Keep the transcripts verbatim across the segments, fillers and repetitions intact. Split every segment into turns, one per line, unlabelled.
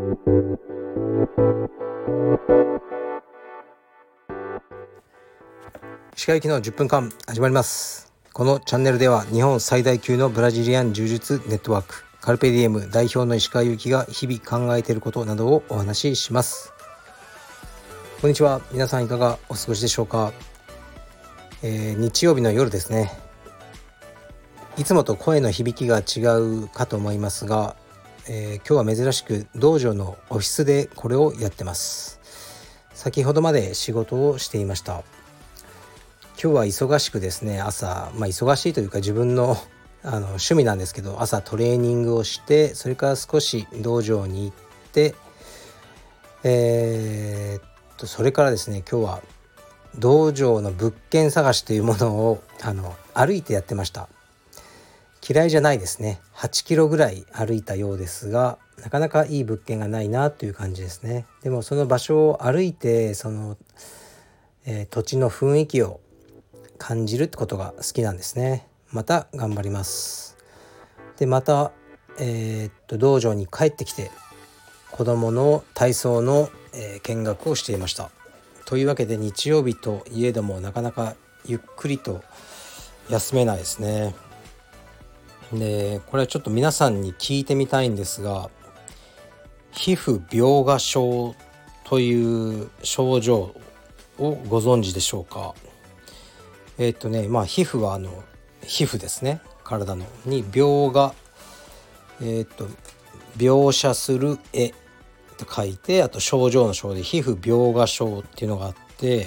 石川行きのじゅっぷんかん始まります。このチャンネルでは日本最大級のブラジリアン柔術ネットワークカルペディエム代表の石川行きが日々考えていることなどをお話しします。こんにちは、皆さんいかがお過ごしでしょうか。えー、日曜日の夜ですね。いつもと声の響きが違うかと思いますが、えー、今日は珍しく道場のオフィスでこれをやってます。先ほどまで仕事をしていました。今日は忙しくですね、朝、まあ、忙しいというか自分の、あの趣味なんですけど、朝トレーニングをして、それから少し道場に行って、えー、っとそれからですね、今日は道場の物件探しというものをあの歩いてやってました。嫌いじゃないですね。はちキロぐらい歩いたようですが、なかなかいい物件がないなという感じですね。でもその場所を歩いて、その、えー、土地の雰囲気を感じるってことが好きなんですね。また頑張ります。でまた、えー、っと道場に帰ってきて子どもの体操の、えー、見学をしていました。というわけで日曜日といえどもなかなかゆっくりと休めないですね。でこれはちょっと皆さんに聞いてみたいんですが、皮膚病芽症という症状をご存知でしょうか。えっとねまあ皮膚はあの皮膚ですね、体のに病がえっと描写する絵と書いて、あと症状の症で皮膚病芽症っていうのがあって、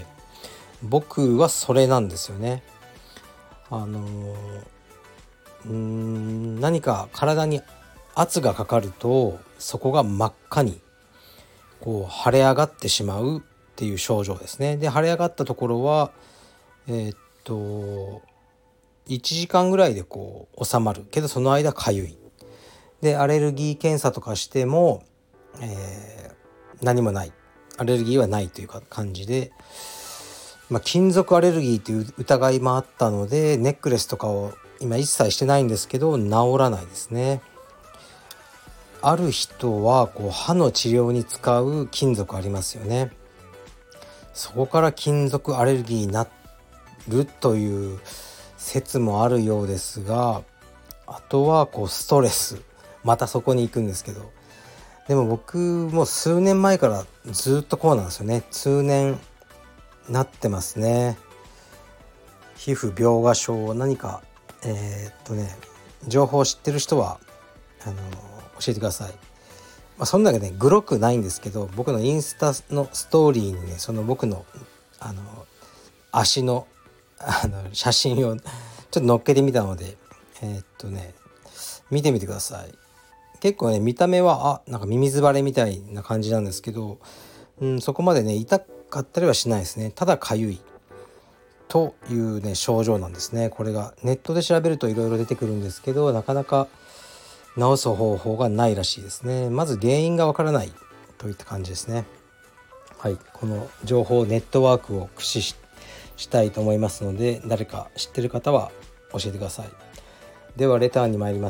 僕はそれなんですよね。あのうーん何か体に圧がかかるとそこが真っ赤にこう腫れ上がってしまうっていう症状ですね。で腫れ上がったところはえー、っといちじかんぐらいでこう収まるけど、その間かゆいで、アレルギー検査とかしても、えー、何もない、アレルギーはないというか感じで、まあ、金属アレルギーという疑いもあったのでネックレスとかを今一切してないんですけど治らないですね。ある人はこう歯の治療に使う金属ありますよね。そこから金属アレルギーになるという説もあるようですが、あとはこうストレス、またそこに行くんですけど、でも僕も数年前からずっとこうなんですよね。通年なってますね。皮膚病芽症、何かえー、っとね情報を知ってる人はあの教えてください。まあ、そんなわけで、ね、グロくないんですけど、僕のインスタのストーリーにね、その僕のあの足のあの写真をちょっと載っけてみたので、えー、っとね見てみてください。結構ね見た目はあなんかミミズバレみたいな感じなんですけど、うん、そこまでね痛かったりはしないですね。ただかゆいというね症状なんですね。これがネットで調べるといろいろ出てくるんですけど、なかなか治す方法がないらしいですね。まず原因がわからないといった感じですね。はい、この情報ネットワークを駆使ししたいと思いますので、誰か知ってる方は教えてください。ではレターに参ります。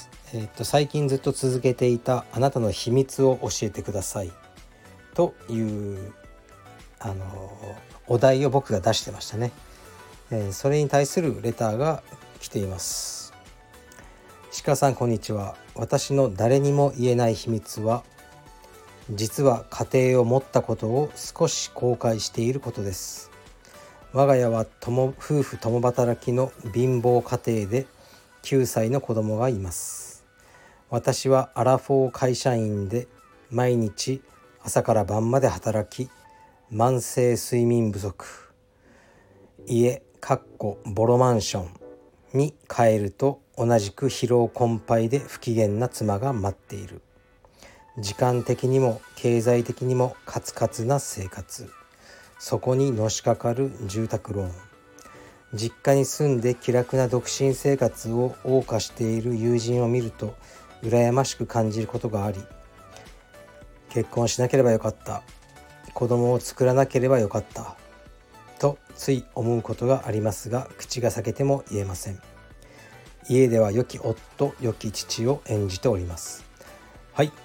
えー、っと最近ずっと続けていたあなたの秘密を教えてくださいというあのお題を僕が出してましたね。えー、それに対するレターが来ています。石川さん、こんにちは。私の誰にも言えない秘密は、実は家庭を持ったことを少し後悔していることです。我が家は共夫婦共働きの貧乏家庭できゅうさいの子供がいます。私はアラフォー会社員で毎日朝から晩まで働き、慢性睡眠不足、家かっこボロマンションに帰ると同じく疲労困憊で不機嫌な妻が待っている。時間的にも経済的にもカツカツな生活、そこにのしかかる住宅ローン、実家に住んで気楽な独身生活を謳歌している友人を見ると羨ましく感じることがあり、結婚しなければよかった、子供を作らなければよかったとつい思うことがありますが、口が裂けても言えません。家では良き夫、良き父を演じております。はい、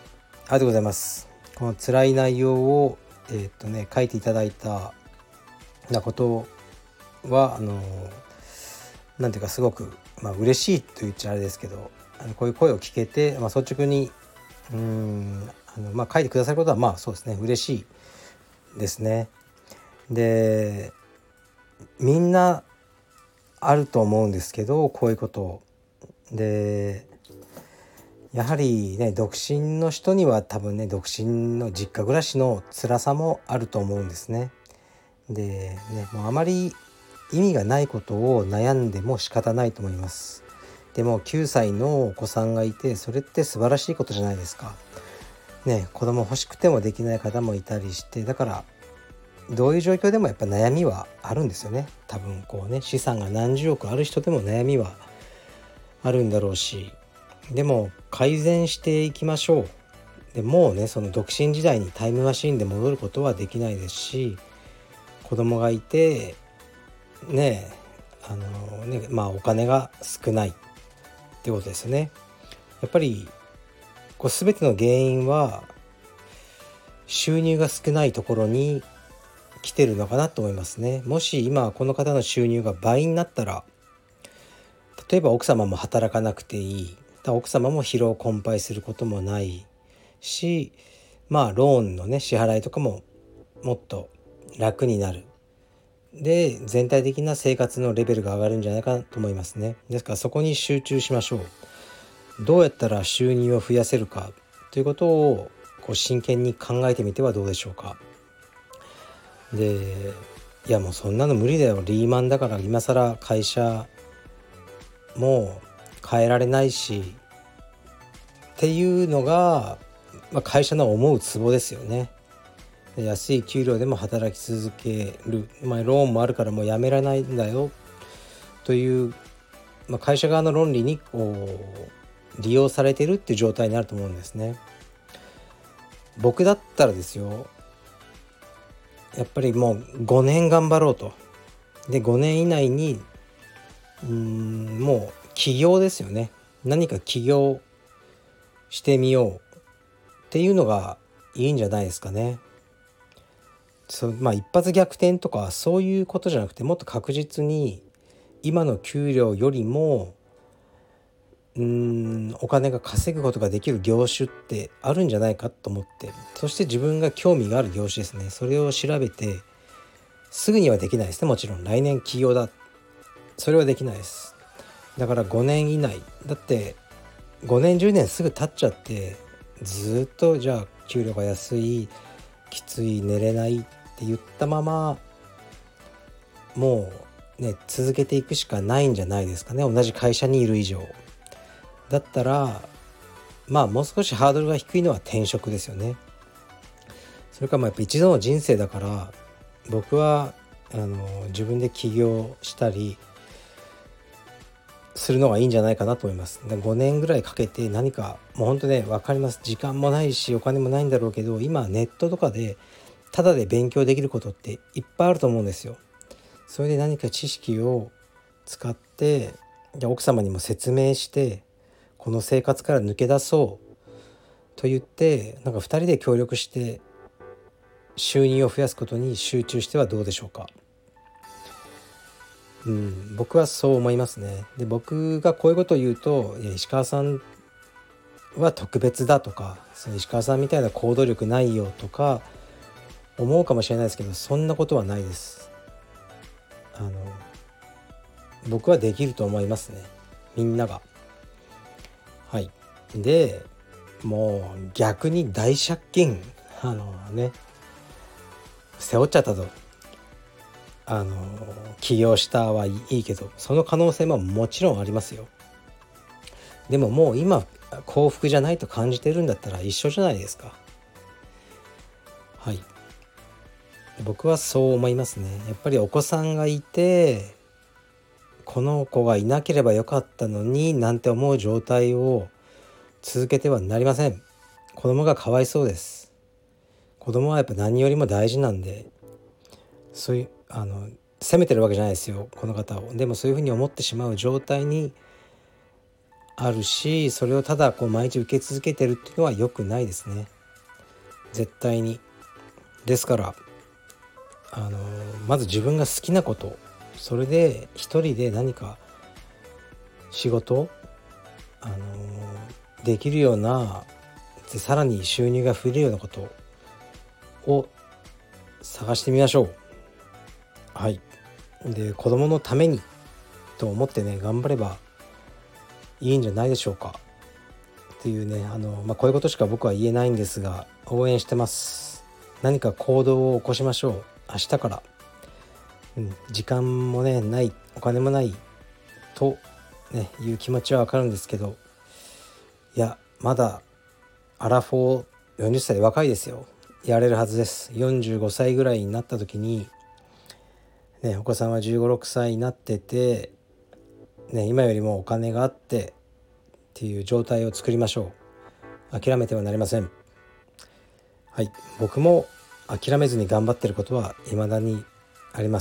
りがとうございます。この辛い内容を、えーっとね、書いていただいたなことはあのなんていうかすごく、まあ、嬉しいと言っちゃあれですけど、あのこういう声を聞けて、まあ、率直にうーんあの、まあ、書いてくださることはまあそうですね嬉しいですね。でみんなあると思うんですけど、こういうことでやはりね独身の人には多分ね独身の実家暮らしの辛さもあると思うんですね。でねもうあまり意味がないことを悩んでも仕方ないと思います。でもきゅうさいのお子さんがいて、それって素晴らしいことじゃないですかね。子供欲しくてもできない方もいたりして、だからどういう状況でもやっぱ悩みはあるんですよね。多分こうね資産が何十億ある人でも悩みはあるんだろうし、でも改善していきましょう。でもうねその独身時代にタイムマシーンで戻ることはできないですし、子供がいてねあのねまあお金が少ないってことですよね。やっぱりこう全ての原因は収入が少ないところに来てるのかなと思いますね。もし今この方の収入が倍になったら、例えば奥様も働かなくていい、奥様も疲労困憊することもないし、まあローンのね支払いとかももっと楽になる。で全体的な生活のレベルが上がるんじゃないかなと思いますね。ですからそこに集中しましょう。どうやったら収入を増やせるかということをこう真剣に考えてみてはどうでしょうか。でいやもうそんなの無理だよ、リーマンだから今更会社もう変えられないしっていうのが、まあ、会社の思うツボですよね。安い給料でも働き続ける、まあ、ローンもあるからもうやめられないんだよという、まあ、会社側の論理にこう利用されてるっていう状態になると思うんですね。僕だったらですよ、やっぱりもうごねん頑張ろうと。でごねん以内にうーんもう起業ですよね。何か起業してみようっていうのがいいんじゃないですかね。そうまあ一発逆転とかそういうことじゃなくて、もっと確実に今の給料よりもうーんお金が稼ぐことができる業種ってあるんじゃないかと思って、そして自分が興味がある業種ですね、それを調べて、すぐにはできないですね。もちろん来年起業だ、それはできないです。だからごねん以内だって、ごねんじゅうねんすぐ経っちゃってずっとじゃあ給料が安い、きつい、寝れないって言ったままもうね続けていくしかないんじゃないですかね。同じ会社にいる以上だったら、まあもう少しハードルが低いのは転職ですよね。それからまあやっぱ一度の人生だから、僕はあの自分で起業したりするのがいいんじゃないかなと思います。でごねんぐらいかけて何か、もうほんとね分かります、時間もないしお金もないんだろうけど、今ネットとかでタダで勉強できることっていっぱいあると思うんですよ。それで何か知識を使って、じゃあ奥様にも説明して、この生活から抜け出そうと言って、なんかふたりで協力して収入を増やすことに集中してはどうでしょうか。うん、僕はそう思いますね。で僕がこういうことを言うと、いや石川さんは特別だとか、その石川さんみたいな行動力ないよとか思うかもしれないですけど、そんなことはないです。あの僕はできると思いますね、みんなが。はい。でもう逆に大借金あのね背負っちゃったと、あの起業したはいいけど、その可能性ももちろんありますよ。でももう今幸福じゃないと感じてるんだったら一緒じゃないですか。はい、僕はそう思いますね。やっぱりお子さんがいて、この子がいなければよかったのになんて思う状態を続けてはなりません。子供がかわいそうです。子供はやっぱ何よりも大事なんで、そういうあの責めてるわけじゃないですよ、この方を。でもそういうふうに思ってしまう状態にあるし、それをただこう毎日受け続けてるっていうのは良くないですね。 絶対に。ですからあのまず自分が好きなこと、それで一人で何か仕事あのできるような、でさらに収入が増えるようなことを探してみましょう。はい。で子供のためにと思ってね頑張ればいいんじゃないでしょうかっていうね、あの、まあ、こういうことしか僕は言えないんですが、応援してます。何か行動を起こしましょう。明日から、うん、時間もねない、お金もないと、ね、いう気持ちはわかるんですけど、いやまだアラフォーよんじゅっさいで若いですよ。やれるはずです。よんじゅうごさいぐらいになった時に、ね、お子さんはじゅうご、ろくさいになってて、ね、今よりもお金があってっていう状態を作りましょう。諦めてはなりません。はい、僕も諦めずに頑張ってることは未だにあります。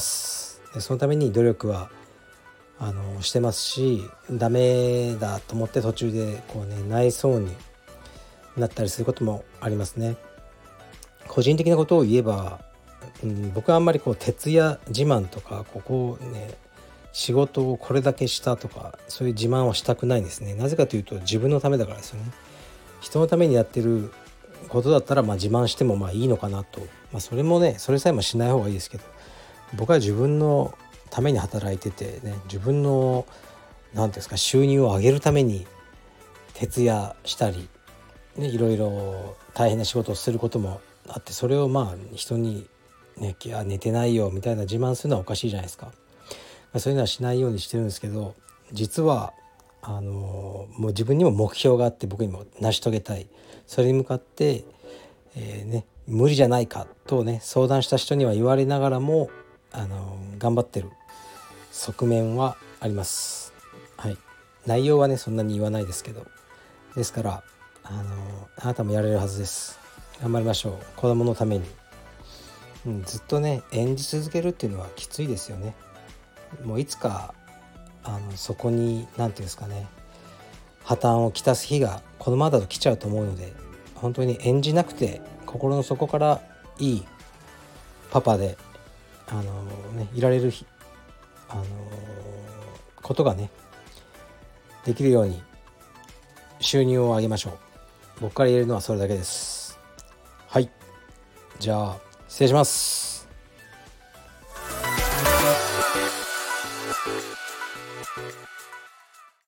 でそのために努力はあのしてますし、ダメだと思って途中でこうね内そうになったりすることもありますね。個人的なことを言えば、うん、僕はあんまりこう徹夜自慢とか、ここね仕事をこれだけしたとか、そういう自慢はしたくないんですね。なぜかというと自分のためだからですよね。人のためにやってることだったらまあ自慢してもまあいいのかなと、まあ、それもねそれさえもしない方がいいですけど、僕は自分のために働いててね、自分の何ていうんですか収入を上げるために徹夜したり、ね、いろいろ大変な仕事をすることもあって、それをまあ人に、ね、いや寝てないよみたいな自慢するのはおかしいじゃないですか。そういうのはしないようにしてるんですけど、実はあのもう自分にも目標があって、僕にも成し遂げたい、それに向かって、えーね、無理じゃないかとね相談した人には言われながらもあの頑張ってる側面はあります。はい、内容はねそんなに言わないですけど、ですからあのあなたもやれるはずです。頑張りましょう。子供のために、うん、ずっとね演じ続けるっていうのはきついですよね。もういつかあのそこに何ていうんですかね破綻をきたす日がこのままだと来ちゃうと思うので、本当に演じなくて心の底からいいパパであの、ね、いられる日あのことがねできるように収入を上げましょう。僕から言えるのはそれだけです。はい、じゃあ失礼します。